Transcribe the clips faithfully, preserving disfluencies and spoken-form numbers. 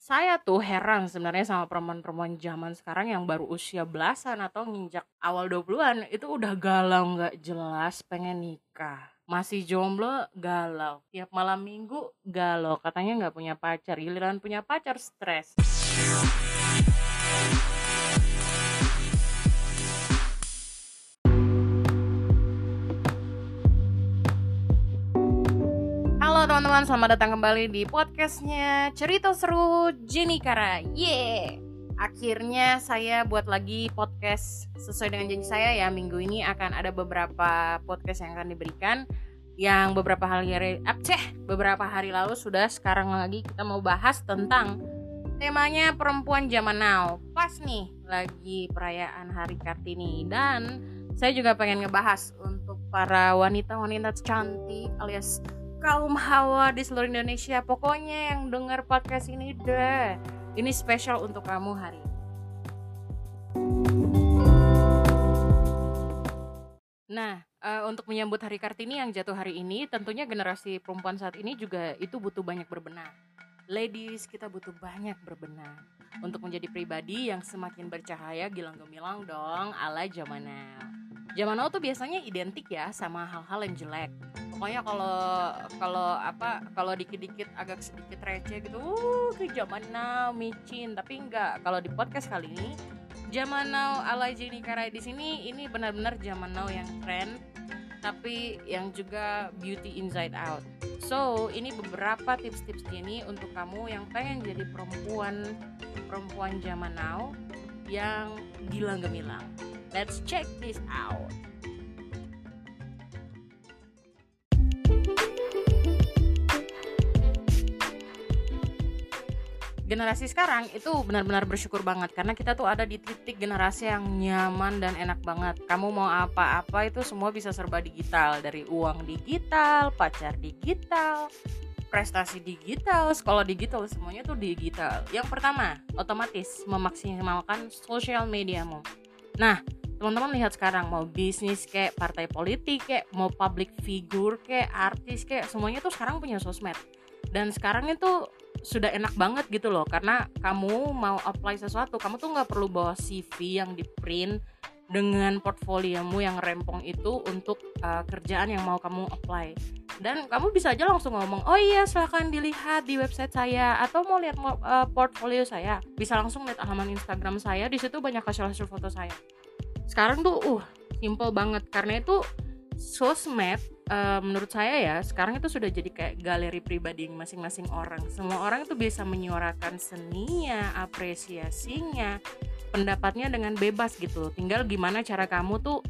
Saya tuh heran sebenarnya sama perempuan-perempuan zaman sekarang yang baru usia belasan atau nginjak awal dua puluhan itu udah galau nggak jelas pengen nikah. Masih jomblo galau. Tiap malam minggu galau, katanya nggak punya pacar. Giliran punya pacar stres. Halo teman-teman, selamat datang kembali di podcastnya Cerita Seru Jenny Kara. Yeay! Akhirnya saya buat lagi podcast sesuai dengan janji saya ya. Minggu ini akan ada beberapa podcast yang akan diberikan. Yang beberapa hari abceh, beberapa hari lalu sudah, sekarang lagi kita mau bahas tentang temanya perempuan zaman now. Pas nih lagi perayaan Hari Kartini, dan saya juga pengen ngebahas untuk para wanita-wanita cantik alias kaum hawa di seluruh Indonesia. Pokoknya yang dengar podcast ini deh, ini spesial untuk kamu hari ini. Nah, uh, untuk menyambut Hari Kartini yang jatuh hari ini, tentunya generasi perempuan saat ini juga itu butuh banyak berbenah. Ladies, kita butuh banyak berbenah untuk menjadi pribadi yang semakin bercahaya, gilang gemilang dong, ala zaman now. Zaman now tuh biasanya identik ya sama hal-hal yang jelek. Pokoknya kalau kalau apa kalau dikit-dikit agak sedikit receh gitu, uh ke zaman now micin. Tapi enggak, kalau di podcast kali ini zaman now ala Jenny Kara di sini ini benar-benar zaman now yang keren, tapi yang juga beauty inside out. So, ini beberapa tips-tips Jenny untuk kamu yang pengen jadi perempuan perempuan zaman now yang gilang gemilang. Let's check this out. Generasi sekarang itu benar-benar bersyukur banget karena kita tuh ada di titik generasi yang nyaman dan enak banget. Kamu mau apa-apa itu semua bisa serba digital, dari uang digital, pacar digital, prestasi digital, sekolah digital, semuanya tuh digital. Yang pertama, otomatis memaksimalkan sosial mediamu. Nah, teman-teman lihat sekarang, mau bisnis kayak partai politik kayak mau public figure kayak artis kayak semuanya tuh sekarang punya sosmed. Dan sekarang itu sudah enak banget gitu loh, karena kamu mau apply sesuatu, kamu tuh nggak perlu bawa C V yang di print dengan portfoliomu yang rempong itu untuk uh, kerjaan yang mau kamu apply. Dan kamu bisa aja langsung ngomong, oh iya silahkan dilihat di website saya, atau mau lihat uh, portfolio saya, bisa langsung lihat halaman Instagram saya, di situ banyak hasil-hasil foto saya. Sekarang tuh uh simple banget, karena itu sosmed uh, menurut saya ya sekarang itu sudah jadi kayak galeri pribadi masing-masing orang. Semua orang itu bisa menyuarakan seninya, apresiasinya, pendapatnya dengan bebas gitu. Tinggal gimana cara kamu tuh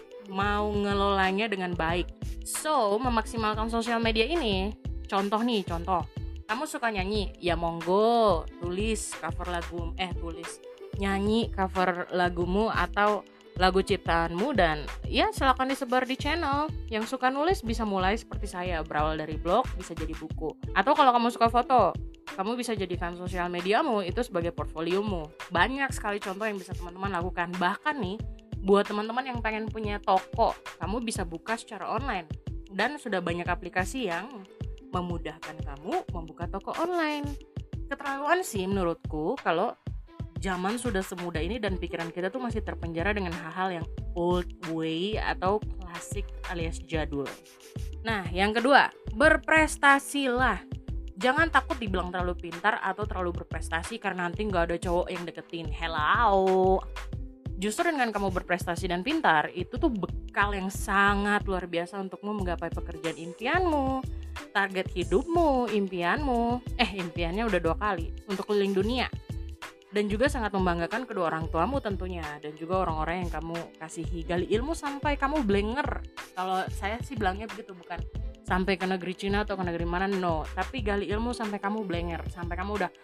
mau ngelolanya dengan baik. So, memaksimalkan sosial media ini, contoh nih, contoh. Kamu suka nyanyi, ya monggo, tulis cover lagu, eh tulis, nyanyi cover lagumu atau lagu ciptaanmu, dan ya silakan disebar di channel. Yang suka nulis bisa mulai seperti saya, berawal dari blog bisa jadi buku. Atau kalau kamu suka foto, kamu bisa jadikan sosial mediamu itu sebagai portfoliomu. Banyak sekali contoh yang bisa teman-teman lakukan. Bahkan nih, buat teman-teman yang pengen punya toko, kamu bisa buka secara online. Dan sudah banyak aplikasi yang memudahkan kamu membuka toko online. Keterlaluan sih menurutku kalau zaman sudah semudah ini dan pikiran kita tuh masih terpenjara dengan hal-hal yang old way atau klasik alias jadul. Nah, yang kedua, berprestasilah. Jangan takut dibilang terlalu pintar atau terlalu berprestasi karena nanti gak ada cowok yang deketin. Hello. Justru dengan kamu berprestasi dan pintar, itu tuh bekal yang sangat luar biasa untukmu menggapai pekerjaan impianmu, target hidupmu, impianmu. Eh, impiannya udah dua kali, untuk keliling dunia. Dan juga sangat membanggakan kedua orang tuamu tentunya, dan juga orang-orang yang kamu kasihi. Gali ilmu sampai kamu blenger. Kalau saya sih bilangnya begitu, bukan sampai ke negeri Cina atau ke negeri mana, no. Tapi gali ilmu sampai kamu blenger, sampai kamu udah,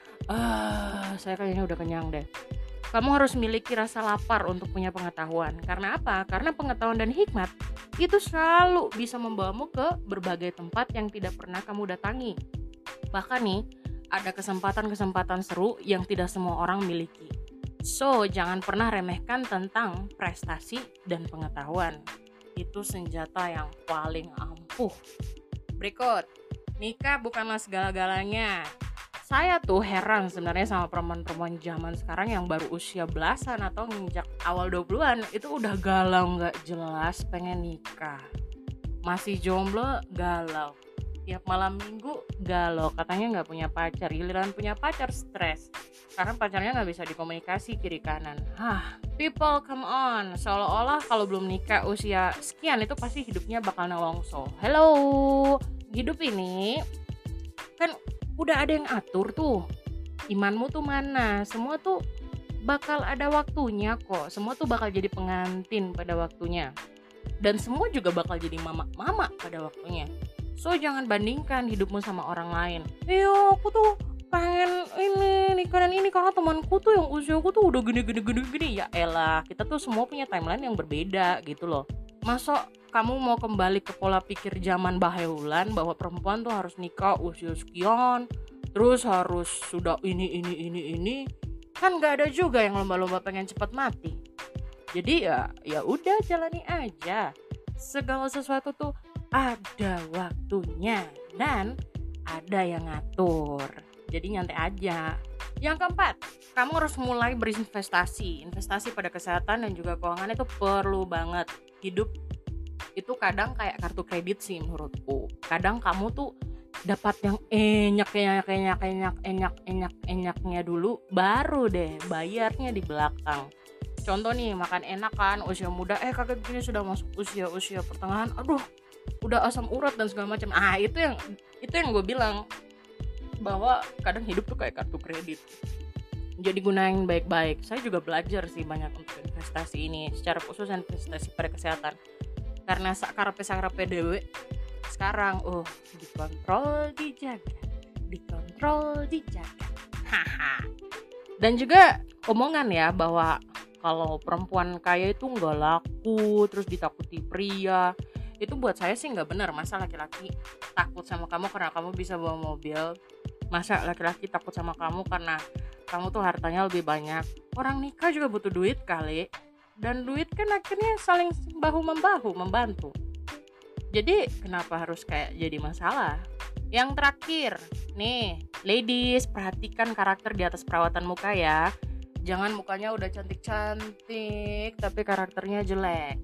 ah, saya kayaknya udah kenyang deh. Kamu harus miliki rasa lapar untuk punya pengetahuan. Karena apa? Karena pengetahuan dan hikmat itu selalu bisa membawamu ke berbagai tempat yang tidak pernah kamu datangi. Bahkan nih, ada kesempatan-kesempatan seru yang tidak semua orang miliki. So, jangan pernah remehkan tentang prestasi dan pengetahuan. Itu senjata yang paling ampuh. Berikut, nikah bukanlah segala-galanya. Saya tuh heran sebenarnya sama perempuan-perempuan zaman sekarang yang baru usia belasan atau nginjak awal dua puluhan itu udah galau nggak jelas pengen nikah. Masih jomblo galau. Tiap malam minggu galau, katanya nggak punya pacar, giliran punya pacar stres karena pacarnya nggak bisa dikomunikasi kiri kanan. Hah, people come on, seolah-olah kalau belum nikah usia sekian itu pasti hidupnya bakal nelongso. Hello, hidup ini kan udah ada yang atur tuh. Imanmu tuh mana? Semua tuh bakal ada waktunya kok. Semua tuh bakal jadi pengantin pada waktunya. Dan semua juga bakal jadi mama-mama pada waktunya. So jangan bandingkan hidupmu sama orang lain. Iya, aku tuh pengen ini nikah dan ini karena temanku tuh yang usiaku tuh udah gini-gini gini-gini. Ya elah, kita tuh semua punya timeline yang berbeda gitu loh. Masa kamu mau kembali ke pola pikir zaman Baheula bahwa perempuan tuh harus nikah usia sekian, terus harus sudah ini ini ini ini, kan nggak ada juga yang lomba-lomba pengen cepat mati. Jadi ya ya udah jalani aja. Segala sesuatu tuh ada waktunya dan ada yang ngatur. Jadi nyantai aja. Yang keempat, kamu harus mulai berinvestasi. Investasi pada kesehatan dan juga keuangan itu perlu banget. Hidup itu kadang kayak kartu kredit sih menurutku. Kadang kamu tuh dapat yang enyak enyak enyak enyak enyak enyak enyaknya dulu, baru deh bayarnya di belakang. Contoh nih, makan enak kan usia muda, eh kagak gini sudah masuk usia usia pertengahan, aduh udah asam urat dan segala macam. Ah itu yang itu yang gue bilang bahwa kadang hidup tuh kayak kartu kredit. Jadi gunain baik-baik. Saya juga belajar sih banyak untuk investasi ini, secara khusus investasi pada kesehatan. Karena sakarepe-sakarepe dewe sekarang oh dikontrol, dijaga, dikontrol, dijaga. Haha. Dan juga omongan ya bahwa kalau perempuan kaya itu nggak laku, terus ditakuti pria. Itu buat saya sih nggak benar. Masa laki-laki takut sama kamu karena kamu bisa bawa mobil? Masa laki-laki takut sama kamu karena kamu tuh hartanya lebih banyak? Orang nikah juga butuh duit kali. Dan duit kan akhirnya saling bahu-membahu, membantu. Jadi kenapa harus kayak jadi masalah? Yang terakhir, nih ladies, perhatikan karakter di atas perawatan muka ya. Jangan mukanya udah cantik-cantik tapi karakternya jelek.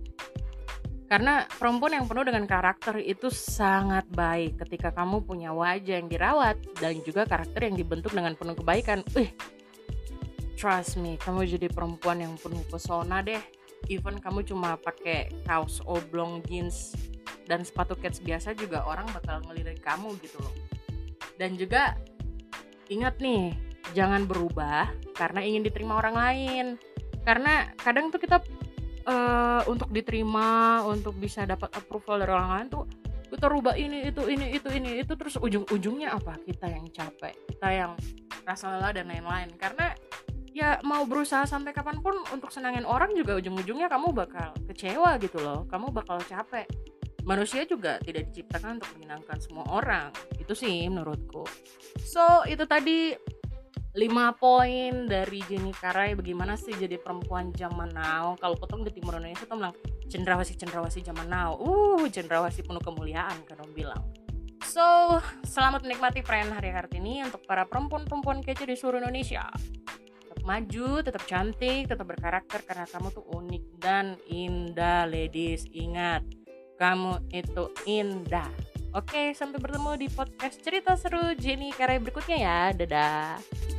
Karena perempuan yang penuh dengan karakter itu sangat baik ketika kamu punya wajah yang dirawat dan juga karakter yang dibentuk dengan penuh kebaikan. Wih, trust me, kamu jadi perempuan yang penuh pesona deh. Even kamu cuma pakai kaos oblong, jeans, dan sepatu kets biasa juga orang bakal ngelirik kamu gitu loh. Dan juga ingat nih, jangan berubah karena ingin diterima orang lain. Karena kadang tuh kita uh, untuk diterima, untuk bisa dapat approval dari orang lain tuh kita rubah ini, itu, ini, itu, ini, itu. Terus ujung-ujungnya apa? Kita yang capek, kita yang rasa lelah dan lain-lain. Karena ya mau berusaha sampai kapanpun untuk senangin orang juga ujung-ujungnya kamu bakal kecewa gitu loh. Kamu bakal capek. Manusia juga tidak diciptakan untuk menyenangkan semua orang. Itu sih menurutku. So itu tadi lima poin dari Jenny Karai. Bagaimana sih jadi perempuan zaman now. Kalau potong di timur Indonesia tuh bilang cendrawasih-cendrawasih zaman now. Uh cendrawasih penuh kemuliaan kan orang bilang. So selamat menikmati perayaan Hari Kartini untuk para perempuan-perempuan kece di seluruh Indonesia. Maju, tetap cantik, tetap berkarakter karena kamu tuh unik dan indah ladies. Ingat, kamu itu indah. Oke, sampai bertemu di podcast cerita seru Jenny Karai berikutnya ya. Dadah.